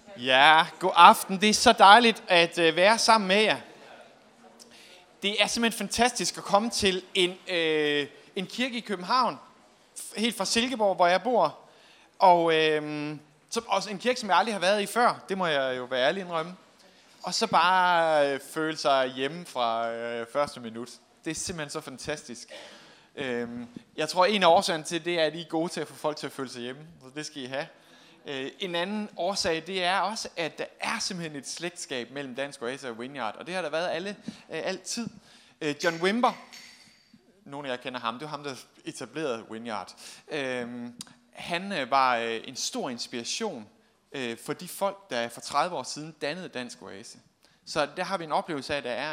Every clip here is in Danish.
Ja, god aften. Det er så dejligt at være sammen med jer. Det er simpelthen fantastisk at komme til en kirke i København, helt fra Silkeborg, hvor jeg bor. Og så også en kirke, som jeg aldrig har været i før. Det må jeg jo være ærlig indrømme. Og så bare føle sig hjemme fra første minut. Det er simpelthen så fantastisk. Jeg tror, en af årsagerne til det er, at I er gode til at få folk til at føle sig hjemme. Så det skal I have. En anden årsag, det er også, at der er simpelthen et slægtskab mellem Dansk Oase og Vineyard. Og det har der været altid. John Wimber, nogle af jer kender ham, det var ham, der etablerede Vineyard. Han var en stor inspiration for de folk, der for 30 år siden dannede Dansk Oase. Så der har vi en oplevelse af, at der er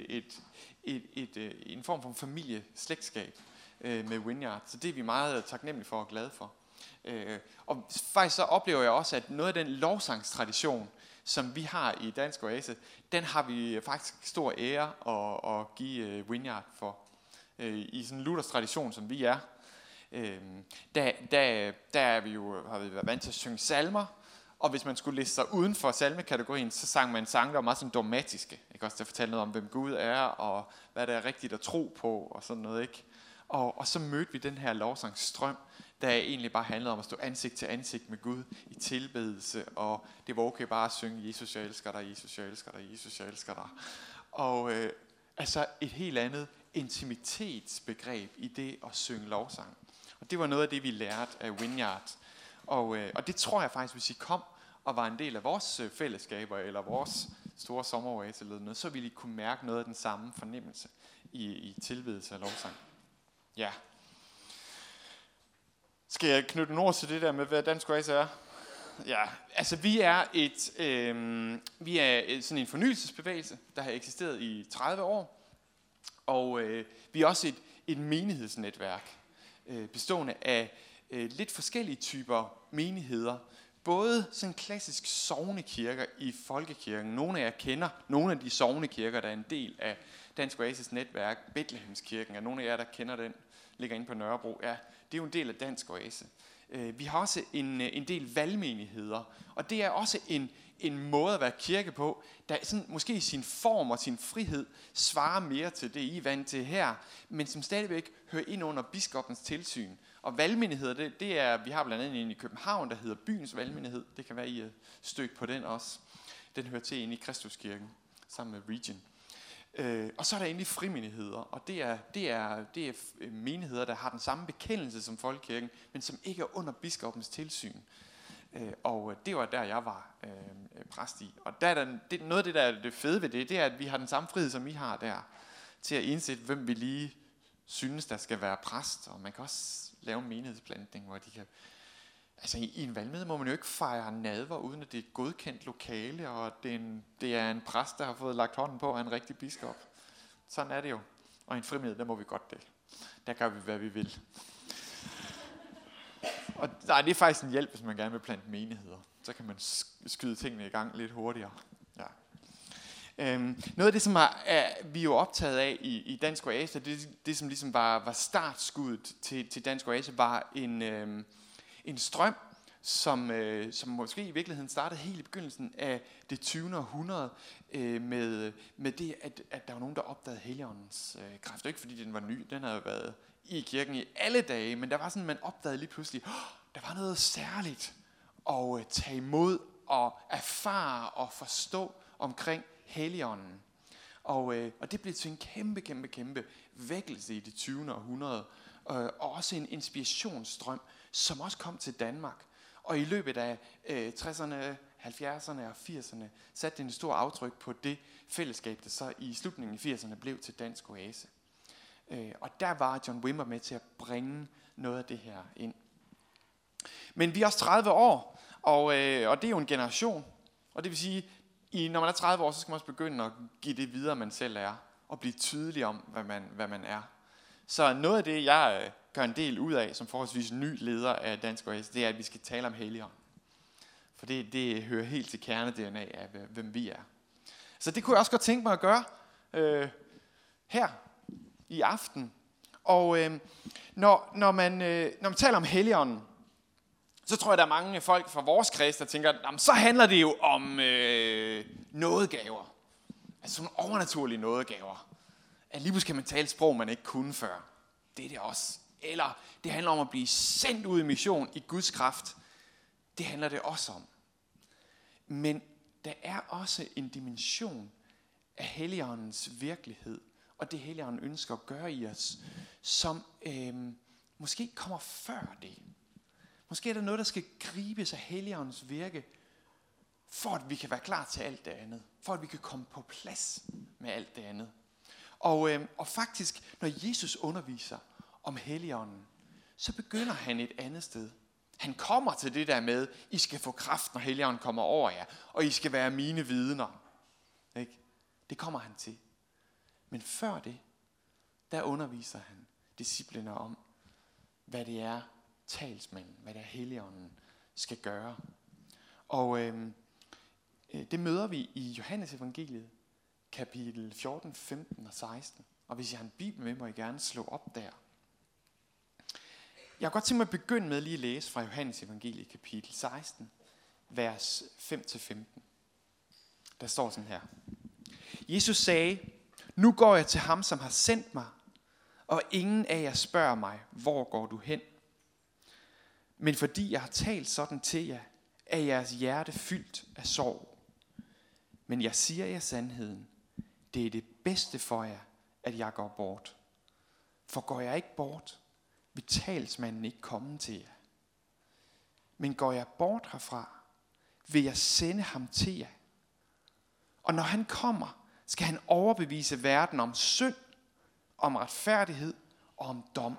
en form for familieslægtskab med Vineyard. Så det er vi meget taknemmelige for og glade for. Og faktisk så oplever jeg også, at noget af den lovsangstradition, som vi har i Dansk Oase, den har vi faktisk stor ære at give Vineyard for. I sådan en Luthers tradition, som vi er, der er vi jo, har vi været vant til at synge salmer, og hvis man skulle læse sig uden for salmekategorien, så sang man sange, der var meget sådan dogmatiske. Ikke? Også der fortalte noget om, hvem Gud er, og hvad der er rigtigt at tro på, og sådan noget. Ikke? Og så mødte vi den her lovsangsstrøm, der egentlig bare handlede om at stå ansigt til ansigt med Gud i tilbedelse, og det var okay bare at synge, Jesus, jeg elsker dig, Jesus, jeg elsker dig, Jesus, jeg elsker dig. Og altså et helt andet intimitetsbegreb i det at synge lovsang. Og det var noget af det, vi lærte af Vineyard. Og det tror jeg faktisk, hvis I kom og var en del af vores fællesskaber, eller vores store sommeroase eller noget, så ville I kunne mærke noget af den samme fornemmelse i tilbedelse af lovsang. Ja. Skal jeg knytte en ord til det der med, hvad Dansk Oase er? Ja, altså vi er sådan en fornyelsesbevægelse, der har eksisteret i 30 år. Og vi er også et menighedsnetværk, bestående af lidt forskellige typer menigheder. Både sådan klassisk sognekirker i folkekirken. Nogle af jer kender nogle af de sognekirker, der er en del af Dansk Oases netværk. Betlehemskirken er nogle af jer, der kender den, ligger inde på Nørrebro. Ja, det er jo en del af Dansk Oase. Vi har også en del valgmenigheder, og det er også en måde at være kirke på, der sådan, måske i sin form og sin frihed svarer mere til det, I er vant til her, men som stadigvæk hører ind under biskoppens tilsyn. Og valgmenigheder, det er, vi har blandt andet en i København, der hedder Byens Valgmenighed. Det kan være, I er stødt på den også. Den hører til inde i Kristuskirken, sammen med Region. Og så er der egentlig frimenigheder, og det er menigheder, der har den samme bekendelse som folkekirken, men som ikke er under biskoppens tilsyn. Og det var der, jeg var præst i. Og der er noget af det, der er det fede ved det er, at vi har den samme frihed, som I har der, til at indsætte, hvem vi lige synes, der skal være præst. Og man kan også lave en menighedsplantning, hvor de kan... Altså i en valgmenighed må man jo ikke fejre nadver, uden at det er et godkendt lokale, og det er en præst, der har fået lagt hånden på, og en rigtig biskop. Sådan er det jo. Og i en frimenighed, der må vi godt det. Der gør vi, hvad vi vil. Og det er faktisk en hjælp, hvis man gerne vil plante menigheder. Så kan man skyde tingene i gang lidt hurtigere. Ja. Noget af det, som vi er jo optaget af i Dansk Oase, det som ligesom var startskuddet til Dansk Oase, var en strøm, som måske i virkeligheden startede helt i begyndelsen af det 20. århundrede, med det, at der var nogen, der opdagede Helligåndens kraft. Ikke fordi den var ny, den havde været i kirken i alle dage, men der var sådan, man opdagede lige pludselig, der var noget særligt at tage imod og erfare og forstå omkring Helligånden. Og det blev til en kæmpe vækkelse i det 20. århundrede, og også en inspirationsstrøm, som også kom til Danmark. Og i løbet af 60'erne, 70'erne og 80'erne satte det en stor aftryk på det fællesskab, der så i slutningen af 80'erne blev til Dansk Oase. Og der var John Wimber med til at bringe noget af det her ind. Men vi er også 30 år, og det er jo en generation. Og det vil sige, når man er 30 år, så skal man også begynde at give det videre, man selv er, og blive tydelig om, hvad man er. Så noget af det, jeg gør en del ud af, som forholdsvis ny leder af Dansk Oase, det er, at vi skal tale om Helligånden. For det hører helt til kerne-DNA af, hvem vi er. Så det kunne jeg også godt tænke mig at gøre her i aften. Og når man taler om Helligånden, Så tror jeg, der er mange folk fra vores kreds, der tænker, så handler det jo om nådegaver. Altså nogle overnaturlige nådegaver. At lige pludselig kan man tale et sprog, man ikke kunne før. Det er det også. Eller det handler om at blive sendt ud i mission i Guds kraft. Det handler det også om. Men der er også en dimension af Helligåndens virkelighed, og det Helligånden ønsker at gøre i os, som måske kommer før det. Måske er der noget, der skal gribes af Helligåndens virke, for at vi kan være klar til alt det andet. For at vi kan komme på plads med alt det andet. Og faktisk, når Jesus underviser om Helligånden, så begynder han et andet sted. Han kommer til det der med, I skal få kraft, når Helligånden kommer over jer, og I skal være mine vidner. Ikke? Det kommer han til. Men før det, der underviser han disciplene om, hvad det er talsmanden, hvad det er Helligånden skal gøre. Og det møder vi i Johannes evangeliet, kapitel 14, 15 og 16. Og hvis jeg har en bibel med, må I gerne slå op der. Jeg har godt tænkt mig at begynde med lige at læse fra Johannes evangeliet, kapitel 16, vers 5-15. Der står sådan her. Jesus sagde, nu går jeg til ham, som har sendt mig, og ingen af jer spørger mig, hvor går du hen? Men fordi jeg har talt sådan til jer, er jeres hjerte fyldt af sorg. Men jeg siger jer sandheden. Det er det bedste for jer, at jeg går bort. For går jeg ikke bort, vil talsmanden ikke komme til jer. Men går jeg bort herfra, vil jeg sende ham til jer. Og når han kommer, skal han overbevise verden om synd, om retfærdighed og om dom.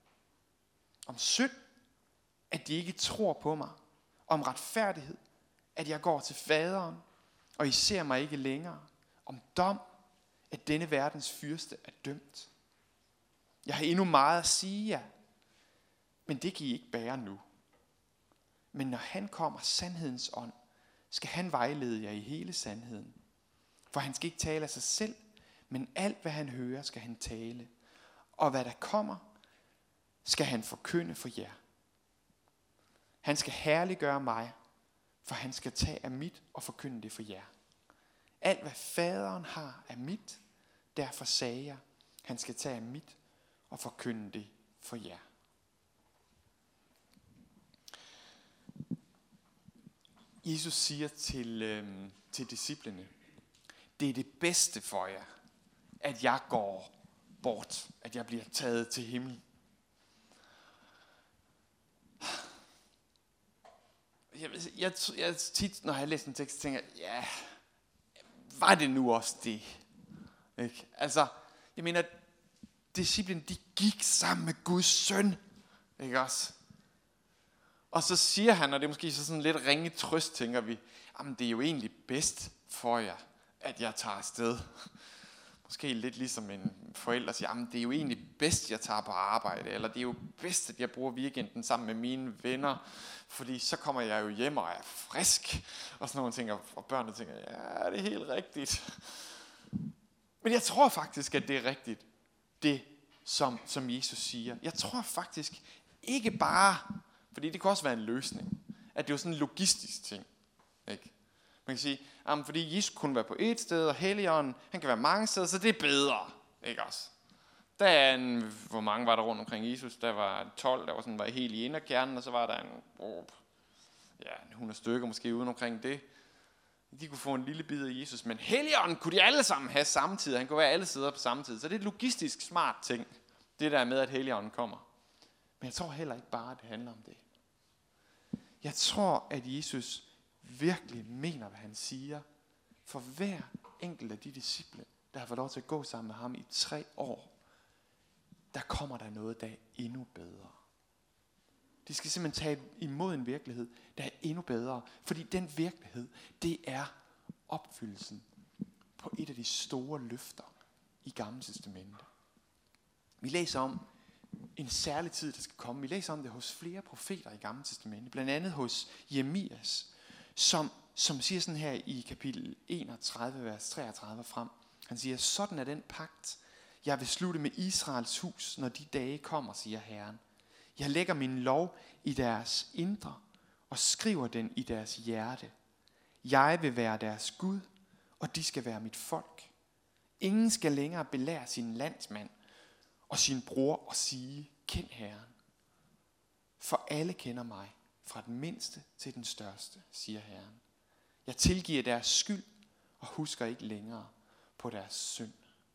Om synd, at de ikke tror på mig. Om retfærdighed, at jeg går til faderen, og I ser mig ikke længere. Om dom, at denne verdens fyrste er dømt. Jeg har endnu meget at sige jer, men det kan I ikke bære nu. Men når han kommer, sandhedens ånd, skal han vejlede jer i hele sandheden. For han skal ikke tale af sig selv, men alt hvad han hører, skal han tale. Og hvad der kommer, skal han forkynde for jer. Han skal herliggøre mig, for han skal tage af mit og forkynde det for jer. Alt hvad faderen har er mit, derfor sagde jeg, han skal tage af mit og forkynde det for jer. Jesus siger til disciplene, det er det bedste for jer, at jeg går bort, at jeg bliver taget til himlen. Jeg tit, når jeg læser en tekst, tænker ja, var det nu også det? Ikke? Altså, jeg mener, disciplene, de gik sammen med Guds søn, ikke også? Og så siger han, og det er måske så sådan lidt ringe trøst, tænker vi, jamen det er jo egentlig bedst for jer, at jeg tager afsted. Måske lidt ligesom en forælder siger, jamen det er jo egentlig bedst, jeg tager på arbejde, eller det er jo bedst, at jeg bruger weekenden sammen med mine venner, fordi så kommer jeg jo hjem og er frisk, og sådan nogle ting, og børnene tænker, ja, det er helt rigtigt. Men jeg tror faktisk, at det er rigtigt, det som Jesus siger. Jeg tror faktisk ikke bare, fordi det kan også være en løsning, at det er jo sådan en logistisk ting, ikke? Man kan sige, fordi Jesus kunne være på et sted, og Helligånden, han kan være mange steder, så det er bedre, ikke også? Der er hvor mange var der rundt omkring Jesus? Der var 12, der var helt i inderkernen, og så var der en 100 stykker måske uden omkring det. De kunne få en lille bid af Jesus, men Helligånden kunne de alle sammen have samtidig. Han kunne være alle steder på samme tid. Så det er et logistisk smart ting, det der med, at Helligånden kommer. Men jeg tror heller ikke bare, at det handler om det. Jeg tror, at Jesus virkelig mener, hvad han siger. For hver enkelt af de disciple, der har fået lov til at gå sammen med ham i 3 år, der kommer der noget, der er endnu bedre. De skal simpelthen tage imod en virkelighed, der er endnu bedre. Fordi den virkelighed, det er opfyldelsen på et af de store løfter i Gamle Testamente. Vi læser om en særlig tid, der skal komme. Vi læser om det hos flere profeter i Gamle Testamente. Blandt andet hos Jeremias, som siger sådan her i kapitel 31, vers 33 frem. Han siger, sådan er den pagt, jeg vil slutte med Israels hus, når de dage kommer, siger Herren. Jeg lægger min lov i deres indre og skriver den i deres hjerte. Jeg vil være deres Gud, og de skal være mit folk. Ingen skal længere belære sin landsmand og sin bror og sige, kend Herren. For alle kender mig, fra den mindste til den største, siger Herren. Jeg tilgiver deres skyld og husker ikke længere på deres synd.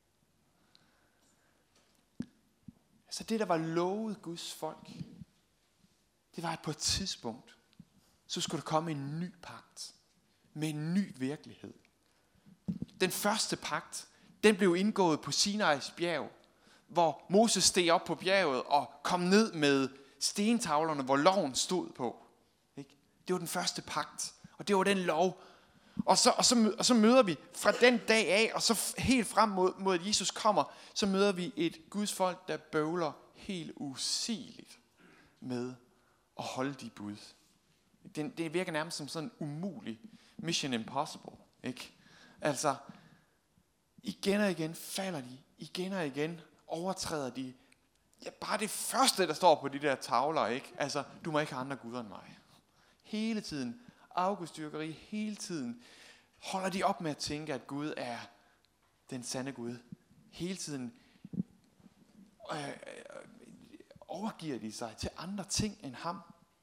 Så det, der var lovet Guds folk, det var, at på et tidspunkt, så skulle der komme en ny pagt med en ny virkelighed. Den første pagt, den blev indgået på Sinais bjerg, hvor Moses steg op på bjerget og kom ned med stentavlerne, hvor loven stod på. Ikke? Det var den første pagt, og det var den lov. Og så møder vi fra den dag af, og så helt frem mod at Jesus kommer, så møder vi et Guds folk, der bøvler helt usigeligt med at holde de bud. Det virker nærmest som sådan en umulig mission impossible. Ikke? Altså, igen og igen falder de, igen og igen overtræder de. Ja, bare det første, der står på de der tavler, ikke? Altså, du må ikke have andre guder end mig. Hele tiden, afgudstyrkeri, hele tiden holder de op med at tænke, at Gud er den sande Gud. Hele tiden overgiver de sig til andre ting end ham.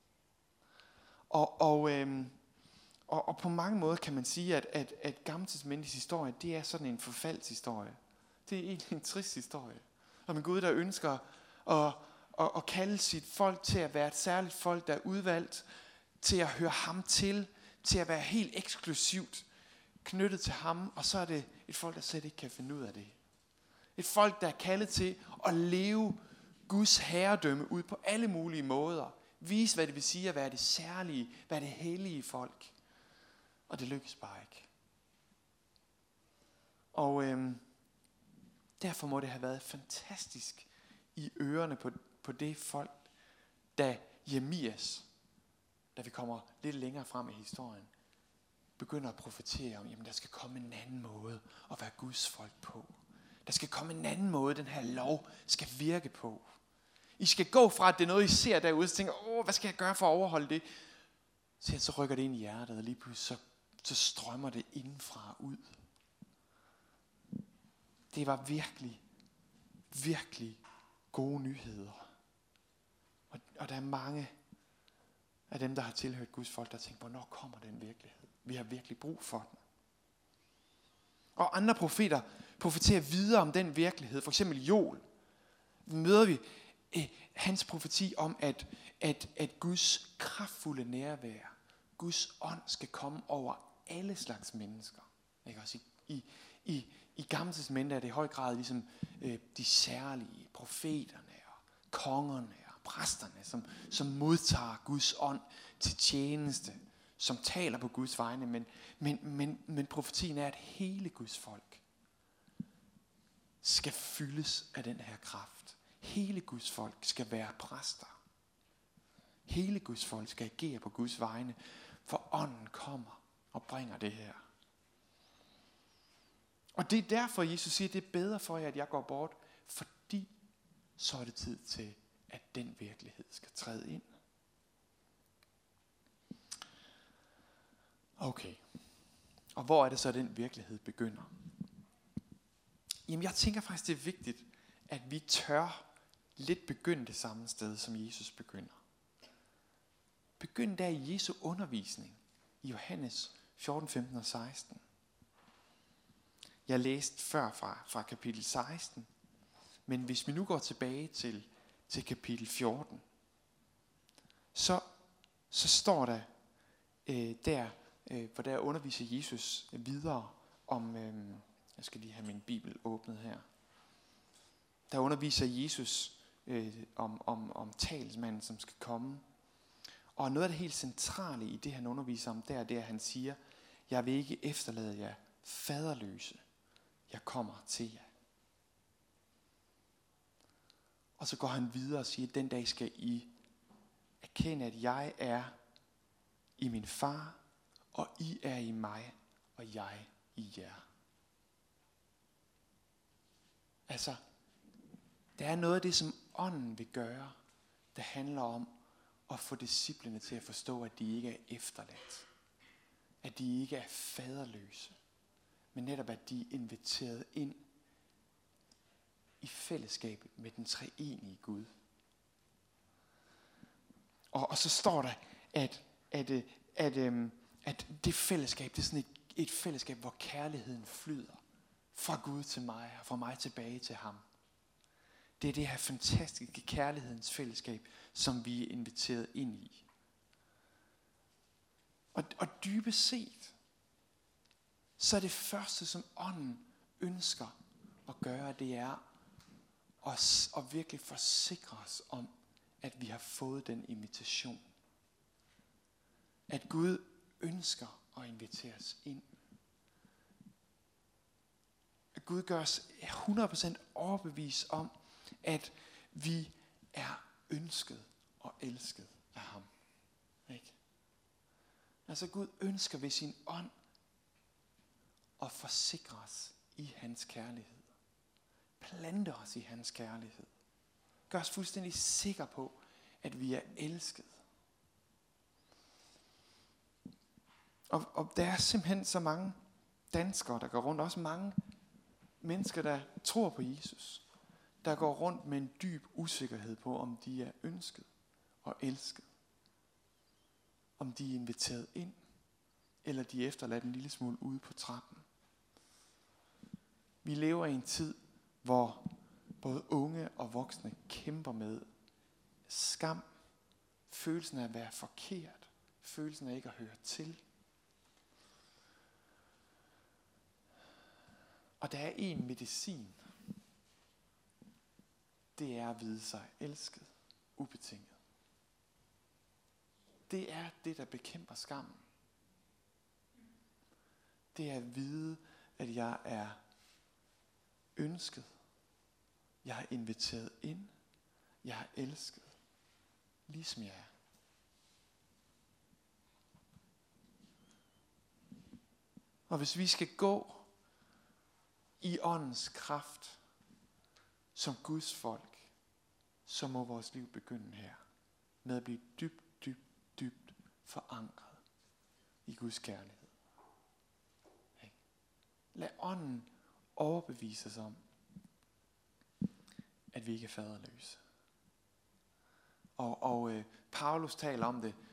Og på mange måder kan man sige, at gammeltidsmændenes historie, det er sådan en forfaldshistorie. Det er egentlig en trist historie. Om en Gud, der ønsker at kalde sit folk til at være et særligt folk, der er udvalgt, til at høre ham til at være helt eksklusivt knyttet til ham, og så er det et folk, der slet ikke kan finde ud af det. Et folk, der er kaldet til at leve Guds herredømme ud på alle mulige måder. Vise, hvad det vil sige at være det særlige, være det hellige folk. Og det lykkes bare ikke. Og derfor må det have været fantastisk i ørerne på det folk, da Jeremias, da vi kommer lidt længere frem i historien, begynder at profetere om, jamen der skal komme en anden måde at være Guds folk på. Der skal komme en anden måde, den her lov skal virke på. I skal gå fra, at det er noget, I ser derude, og tænker, hvad skal jeg gøre for at overholde det? Så rykker det ind i hjertet, og lige pludselig så strømmer det indenfra ud. Det var virkelig, virkelig gode nyheder. Og der er mange af dem, der har tilhørt Guds folk, der tænker, hvornår kommer den virkelighed? Vi har virkelig brug for den. Og andre profeter profeterer videre om den virkelighed. For eksempel Joel. Møder vi hans profeti om, at Guds kraftfulde nærvær, Guds ånd skal komme over alle slags mennesker. Ikke? Også i Gamle Testamente er det i høj grad ligesom de særlige profeterne og kongerne og præsterne, som modtager Guds ånd til tjeneste, som taler på Guds vegne. Men profetien er, at hele Guds folk skal fyldes af den her kraft. Hele Guds folk skal være præster. Hele Guds folk skal agere på Guds vegne, for ånden kommer og bringer det her. Og det er derfor, Jesus siger, at det er bedre for jer, at jeg går bort, fordi så er det tid til, at den virkelighed skal træde ind. Okay. Og hvor er det så, at den virkelighed begynder? Jamen, jeg tænker faktisk, det er vigtigt, at vi tør lidt begynde det samme sted, som Jesus begynder. Begynd der i Jesu undervisning i Johannes 14, 15 og 16. Jeg læste før fra kapitel 16, men hvis vi nu går tilbage til kapitel 14, så står der hvor der underviser Jesus videre om, jeg skal lige have min bibel åbnet her. Der underviser Jesus om talsmanden, som skal komme. Og noget af det helt centrale i det, han underviser om, det er, at han siger, jeg vil ikke efterlade jer faderløse. Jeg kommer til jer. Og så går han videre og siger, den dag skal I erkende, at jeg er i min far, og I er i mig, og jeg i jer. Altså, der er noget af det, som ånden vil gøre, der handler om at få disciplene til at forstå, at de ikke er efterladt. At de ikke er faderløse. Men netop at de er inviteret ind i fællesskabet med den treenige Gud. Og så står der, at det fællesskab, det er sådan et fællesskab, hvor kærligheden flyder fra Gud til mig, og fra mig tilbage til ham. Det er det her fantastiske kærlighedens fællesskab, som vi er inviteret ind i. Og dybest set, så er det første, som ånden ønsker at gøre, det er at virkelig forsikre os om, at vi har fået den invitation. At Gud ønsker at invitere os ind. At Gud gør os 100% overbevist om, at vi er ønsket og elsket af ham. Ikke? Altså Gud ønsker ved sin ånd at forsikre os i hans kærlighed. Plante os i hans kærlighed. Gør os fuldstændig sikre på, at vi er elsket. Og der er simpelthen så mange danskere, der går rundt, også mange mennesker, der tror på Jesus, der går rundt med en dyb usikkerhed på, om de er ønsket og elsket. Om de er inviteret ind, eller de er efterladt en lille smule ude på trappen. Vi lever i en tid, hvor både unge og voksne kæmper med skam, følelsen af at være forkert, følelsen af ikke at høre til. Og der er en medicin. Det er at vide sig elsket, ubetinget. Det er det, der bekæmper skammen. Det er at vide, at jeg er ønsket. Jeg er inviteret ind. Jeg er elsket. Ligesom jeg er. Og hvis vi skal gå i åndens kraft som Guds folk, så må vores liv begynde her. Med at blive dybt forankret i Guds kærlighed. Lad ånden overbevise os om, at vi ikke er faderløse. Og Paulus taler om det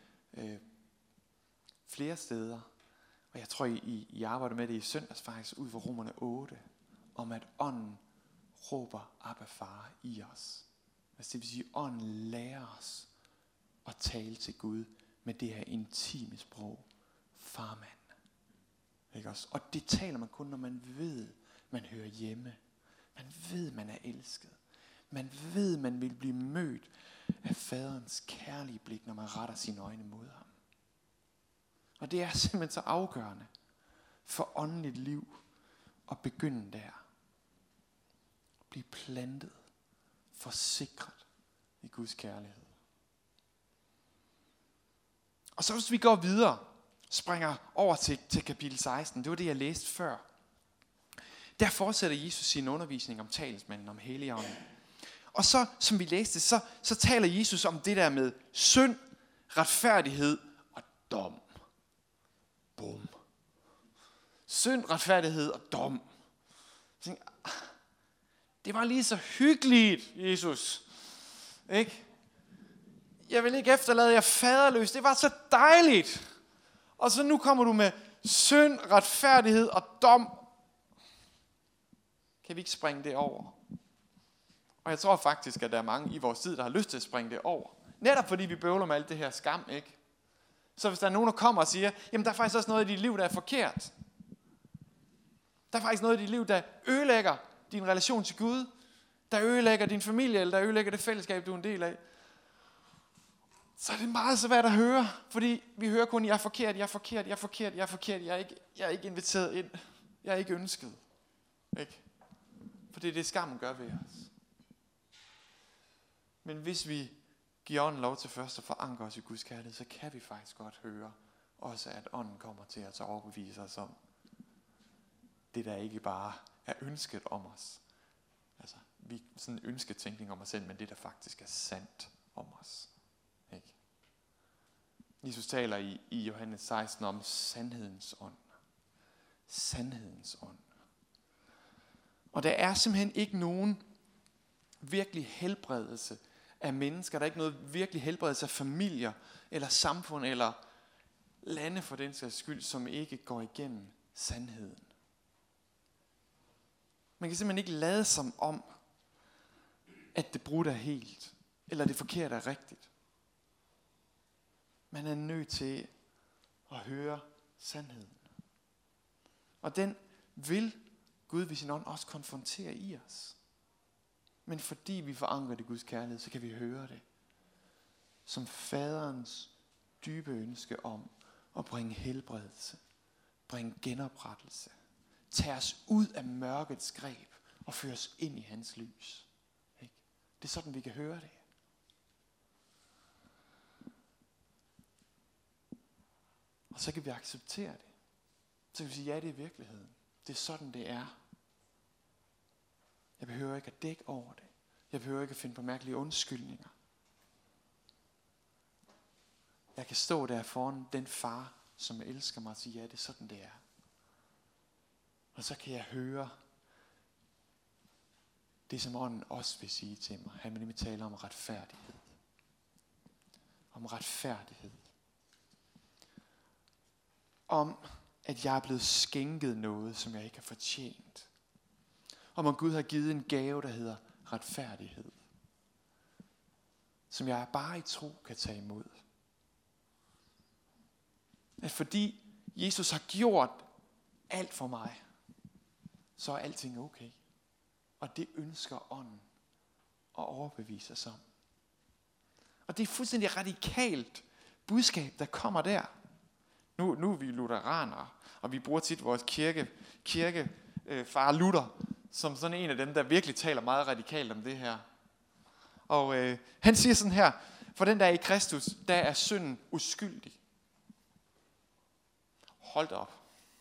flere steder. Og jeg tror, I arbejder med det i søndags faktisk, ud fra Romerne 8, om at ånden råber Abba Far i os. Altså det vil sige, at ånden lærer os at tale til Gud med det her intime sprog. Farmand. Ikke også? Og det taler man kun, når man ved, man hører hjemme. Man ved, man er elsket. Man ved, man vil blive mødt af faderens kærlige blik, når man retter sine øjne mod ham. Og det er simpelthen så afgørende for åndeligt liv at begynde der. Blive plantet, forsikret i Guds kærlighed. Og så hvis vi går videre, springer over til kapitel 16, det var det jeg læste før. Der fortsætter Jesus sin undervisning om talsmanden, om Helligånden. Og så, som vi læste, så taler Jesus om det der med synd, retfærdighed og dom. Bum. Synd, retfærdighed og dom. Det var lige så hyggeligt, Jesus. Ikke? Jeg vil ikke efterlade jer faderløs. Det var så dejligt. Og så nu kommer du med synd, retfærdighed og dom. Kan vi ikke springe det over? Og jeg tror faktisk, at der er mange i vores tid, der har lyst til at springe det over. Netop fordi vi bøvler med alt det her skam, ikke? Så hvis der er nogen, der kommer og siger, jamen der er faktisk også noget i dit liv, der er forkert. Der er faktisk noget i dit liv, der ødelægger din relation til Gud. Der ødelægger din familie, eller der ødelægger det fællesskab, du er en del af. Så er det meget svært at høre, fordi vi hører kun, jeg er forkert, jeg er forkert, jeg er forkert, jeg er forkert, jeg er ikke inviteret ind, jeg er ikke ønsket. Ikke? For det er det, skammen gør ved os. Men hvis vi giver ånden lov til først at forankre os i Guds kærlighed, så kan vi faktisk godt høre også, at ånden kommer til at overbevise os om det, der ikke bare er ønsket om os. Altså, vi sådan en ønsketænkning om os selv, men det, der faktisk er sandt om os. Ikke? Jesus taler i Johannes 16 om sandhedens ånd. Sandhedens ånd. Og der er simpelthen ikke nogen virkelig helbredelse af mennesker. Der er ikke noget virkelig helbredelse af familier, eller samfund, eller lande for den sags skyld, som ikke går igennem sandheden. Man kan simpelthen ikke lade som om, at det brudte er helt, eller det forkerte er rigtigt. Man er nødt til at høre sandheden. Og den vil Gud ved sin ånd også konfrontere i os. Men fordi vi forankrer det Guds kærlighed, så kan vi høre det. Som faderens dybe ønske om at bringe helbredelse, bringe genoprettelse, tage os ud af mørkets greb og føre os ind i hans lys. Ikke? Det er sådan, vi kan høre det. Og så kan vi acceptere det. Så kan vi sige, ja, det er virkeligheden. Det er sådan, det er. Jeg behøver ikke at dække over det. Jeg behøver ikke at finde på mærkelige undskyldninger. Jeg kan stå der foran den far, som elsker mig og sige, ja, det er sådan, det er. Og så kan jeg høre det, som ånden også vil sige til mig. Han vil nemlig tale om retfærdighed. Om retfærdighed. Om, at jeg er blevet skænket noget, som jeg ikke har fortjent. Om, at Gud har givet en gave, der hedder retfærdighed. Som jeg bare i tro kan tage imod. At fordi Jesus har gjort alt for mig, så er alting okay. Og det ønsker ånden at overbevise os om. Og det er fuldstændig radikalt budskab, der kommer der. Nu er vi lutheranere, og vi bruger tit vores kirkefar Luther som sådan en af dem, der virkelig taler meget radikalt om det her. Og han siger sådan her, for den der er i Kristus, der er synden uskyldig. Hold da op.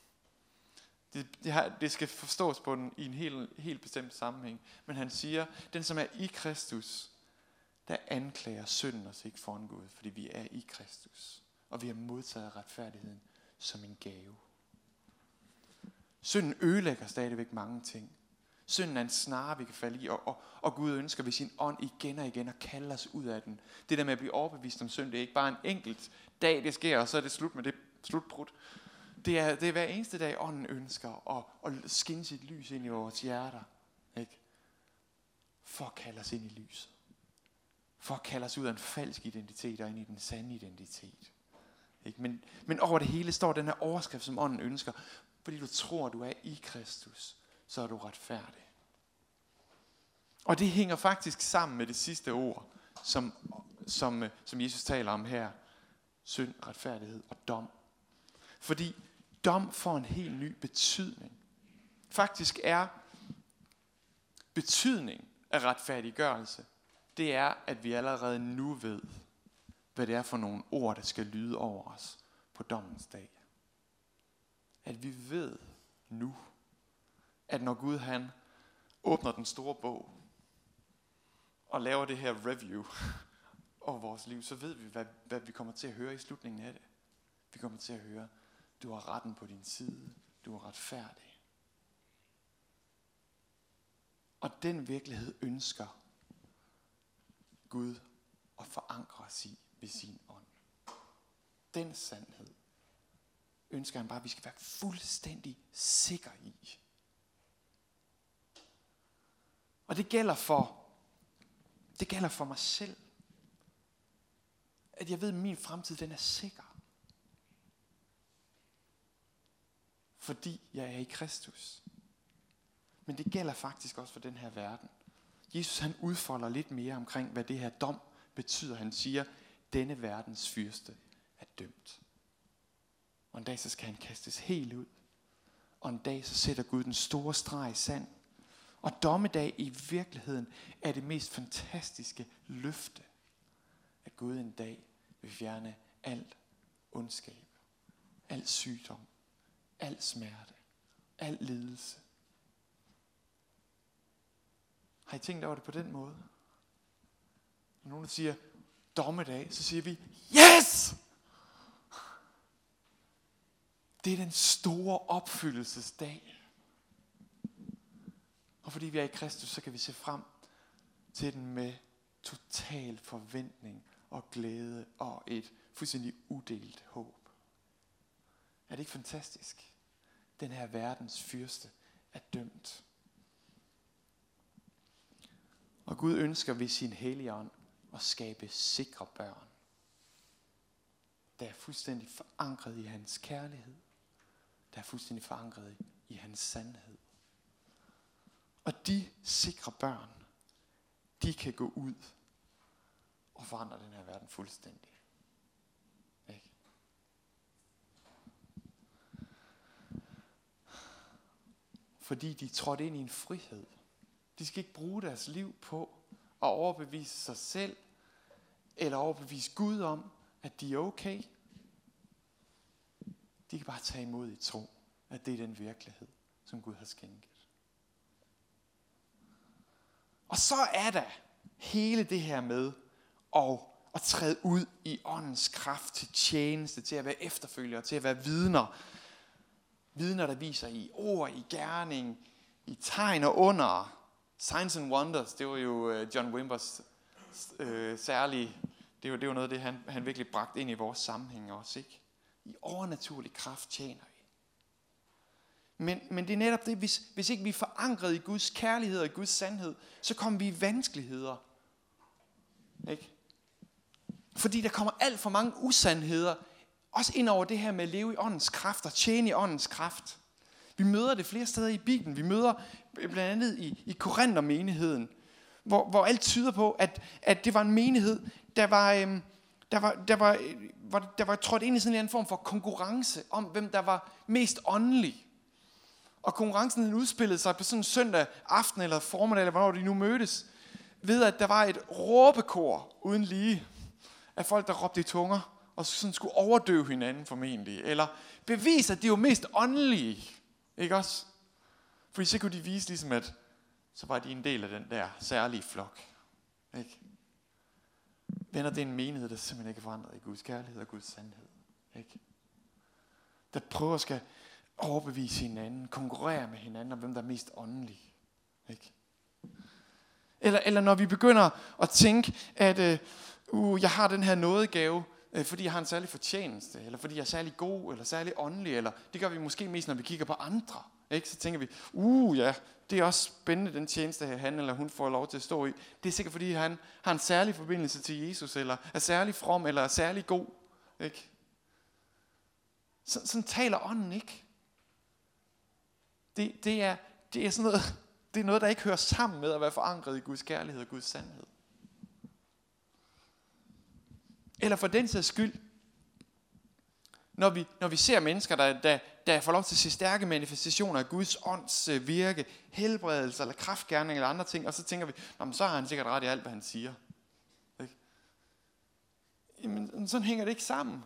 Det skal forstås i en helt bestemt sammenhæng. Men han siger, den som er i Kristus, der anklager synden os ikke foran Gud, fordi vi er i Kristus. Og vi har modtaget retfærdigheden som en gave. Synden ødelægger stadigvæk mange ting. Synden er en snare, vi kan falde i, og Gud ønsker ved sin ånd igen og igen at kalde os ud af den. Det der med at blive overbevist om synd, det er ikke bare en enkelt dag, det sker, og så er det slut med det slutbrud. Det er hver eneste dag, ånden ønsker at skinne sit lys ind i vores hjerter. Ikke? For at kalde os ind i lyset. For at kalde os ud af en falsk identitet og ind i den sande identitet. Ikke? Men over det hele står den her overskrift, som ånden ønsker. Fordi du tror, du er i Kristus, så er du retfærdig. Og det hænger faktisk sammen med det sidste ord, som Jesus taler om her. Synd, retfærdighed og dom. Fordi dom får en helt ny betydning. Faktisk er betydning af retfærdiggørelse, det er, at vi allerede nu ved, hvad det er for nogle ord, der skal lyde over os på dommens dag. At vi ved nu, at når Gud han åbner den store bog og laver det her review over vores liv, så ved vi, hvad vi kommer til at høre i slutningen af det. Vi kommer til at høre, du har retten på din side, du er retfærdig. Og den virkelighed ønsker Gud at forankre os i ved sin ånd. Den sandhed ønsker han bare, at vi skal være fuldstændig sikre i. Og det gælder for mig selv. At jeg ved, at min fremtid den er sikker. Fordi jeg er i Kristus. Men det gælder faktisk også for den her verden. Jesus han udfolder lidt mere omkring, hvad det her dom betyder. Han siger, denne verdens fyrste er dømt. Og en dag så skal han kastes helt ud. Og en dag så sætter Gud den store streg i sand. Og dommedag i virkeligheden er det mest fantastiske løfte. At Gud en dag vil fjerne alt ondskab, al sygdom, al smerte, al lidelse. Har I tænkt over det på den måde? Når nogen siger dommedag, så siger vi, yes! Det er den store opfyldelsesdag. Og fordi vi er i Kristus, så kan vi se frem til den med total forventning og glæde og et fuldstændig udelt håb. Er det ikke fantastisk? Den her verdens fyrste er dømt. Og Gud ønsker ved sin hellige ånd at skabe sikre børn, der er fuldstændig forankret i hans kærlighed, der er fuldstændig forankret i hans sandhed. Og de sikre børn, de kan gå ud og forandre den her verden fuldstændig. Ikke? Fordi de trådte ind i en frihed. De skal ikke bruge deres liv på at overbevise sig selv, eller overbevise Gud om, at de er okay. De kan bare tage imod i tro, at det er den virkelighed, som Gud har skænket. Og så er der hele det her med at træde ud i åndens kraft til tjeneste, til at være efterfølgere, til at være vidner. Vidner, der viser i ord, i gerning, i tegn og under. Signs and wonders, det var jo John Wimbers særlige. Det var noget af det, han virkelig bragte ind i vores sammenhæng også, ikke? I overnaturlig kraft tjener vi. Men det er netop det, hvis ikke vi er forankret i Guds kærlighed og i Guds sandhed, så kommer vi i vanskeligheder. Ikke? Fordi der kommer alt for mange usandheder, også ind over det her med at leve i åndens kraft og tjene i åndens kraft. Vi møder det flere steder i Bibelen. Vi møder blandt andet i Korinther-menigheden, hvor alt tyder på, at det var en menighed, der var trådt ind i sådan en form for konkurrence om, hvem der var mest åndelig. Og konkurrencen den udspillede sig på sådan en søndag aften eller formiddag, eller hvornår de nu mødtes, ved at der var et råbekor uden lige af folk, der råbte i tunger, og sådan skulle overdøve hinanden formentlig, eller bevise, at de var mest åndelige. Ikke også? Fordi så kunne de vise ligesom, at så var de en del af den der særlige flok. Ikke? Venner, det er en menighed, der simpelthen ikke er forandret i Guds kærlighed og Guds sandhed. Ikke? Der prøver at skal overbevise hinanden, konkurrere med hinanden om, hvem der er mest åndelig. Ikke? Eller når vi begynder at tænke, at jeg har den her nådegave, fordi jeg har en særlig fortjeneste, eller fordi jeg er særlig god, eller særlig åndelig, eller det gør vi måske mest, når vi kigger på andre. Ikke? Så tænker vi, ja, det er også spændende, den tjeneste, han eller hun får lov til at stå i. Det er sikkert, fordi han har en særlig forbindelse til Jesus, eller er særlig from, eller er særlig god. Ikke? Sådan taler ånden ikke. Det er sådan noget, det er noget, der ikke hører sammen med at være forankret i Guds kærlighed og Guds sandhed. Eller for den sags skyld, når vi ser mennesker, der får lov til at se stærke manifestationer af Guds ånds virke, helbredelse eller kraftgerning eller andre ting, og så tænker vi, så har han sikkert ret i alt, hvad han siger. Ikke? Jamen, sådan hænger det ikke sammen.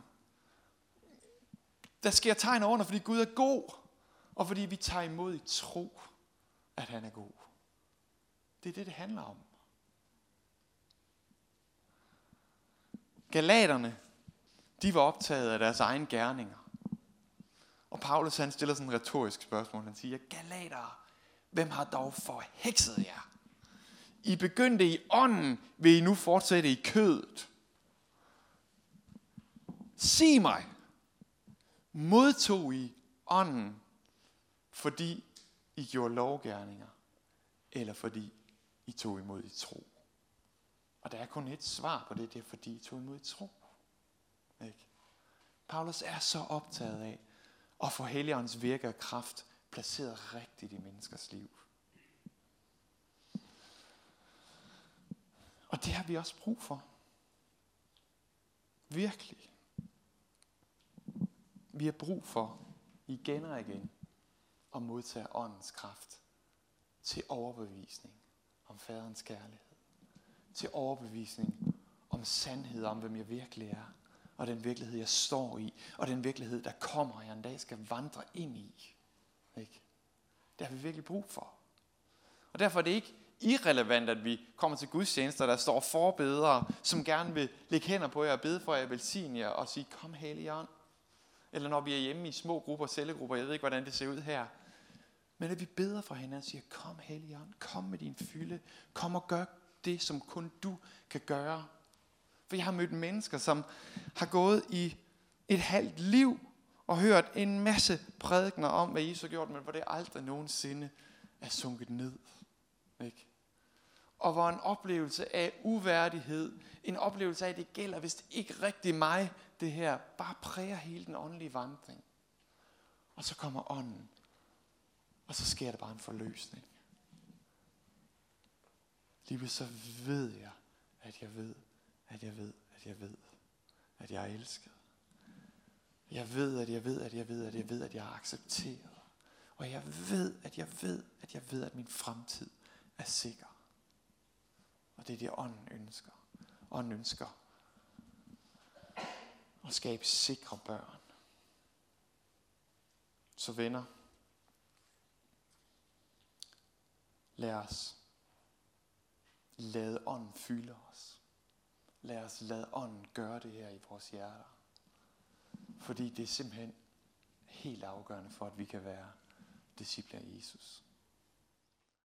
Der sker tegn under, fordi Gud er god, og fordi vi tager imod i tro, at han er god. Det er det handler om. Galaterne, de var optaget af deres egne gerninger. Og Paulus han stiller sådan et retorisk spørgsmål. Han siger, Galatere, hvem har dog forhekset jer? I begyndte i ånden, vil I nu fortsætte i kødet. Sig mig, modtog I ånden, fordi I gjorde lovgerninger, eller fordi I tog imod i tro? Og der er kun et svar på det, det er fordi I tog imod i tro. Ikke? Paulus er så optaget af at få Helligåndens virke og kraft placeret rigtigt i menneskers liv. Og det har vi også brug for. Virkelig. Vi har brug for igen og igen at modtage åndens kraft til overbevisning om faderens kærlighed. Til overbevisning om sandhed om, hvem jeg virkelig er. Og den virkelighed, jeg står i. Og den virkelighed, der kommer, og jeg en dag skal vandre ind i. Ikke? Det har vi virkelig brug for. Og derfor er det ikke irrelevant, at vi kommer til gudstjenester, der står forbedere, som gerne vil lægge hænder på jer og bede for jer, velsigne jer og sige, kom Helligånd. eller når vi er hjemme i små grupper, cellegrupper, jeg ved ikke, hvordan det ser ud her. Men at vi beder for hinanden og siger, kom Helligånd, kom med din fylde, kom og gør det, som kun du kan gøre. For jeg har mødt mennesker, som har gået i et halvt liv og hørt en masse prædikener om, hvad Jesus har gjort, men hvor det aldrig nogensinde er sunket ned. Ikke? Og hvor en oplevelse af uværdighed, en oplevelse af, at det gælder vist ikke rigtig mig, det her, bare præger hele den åndelige vandring. Og så kommer ånden, og så sker der bare en forløsning. Lige så ved jeg, at jeg ved, at jeg ved, at jeg ved, at jeg er elsket. Jeg ved, at jeg ved, at jeg ved, at jeg ved, at jeg er accepteret. Og jeg ved, at jeg ved, at jeg ved, at min fremtid er sikker. Og det er det, ånden ønsker. Ånden ønsker at skabe sikre børn. Så venner, lad os lade ånden fylde os. Lad os lade ånden gøre det her i vores hjerter. Fordi det er simpelthen helt afgørende for, at vi kan være discipler af Jesus.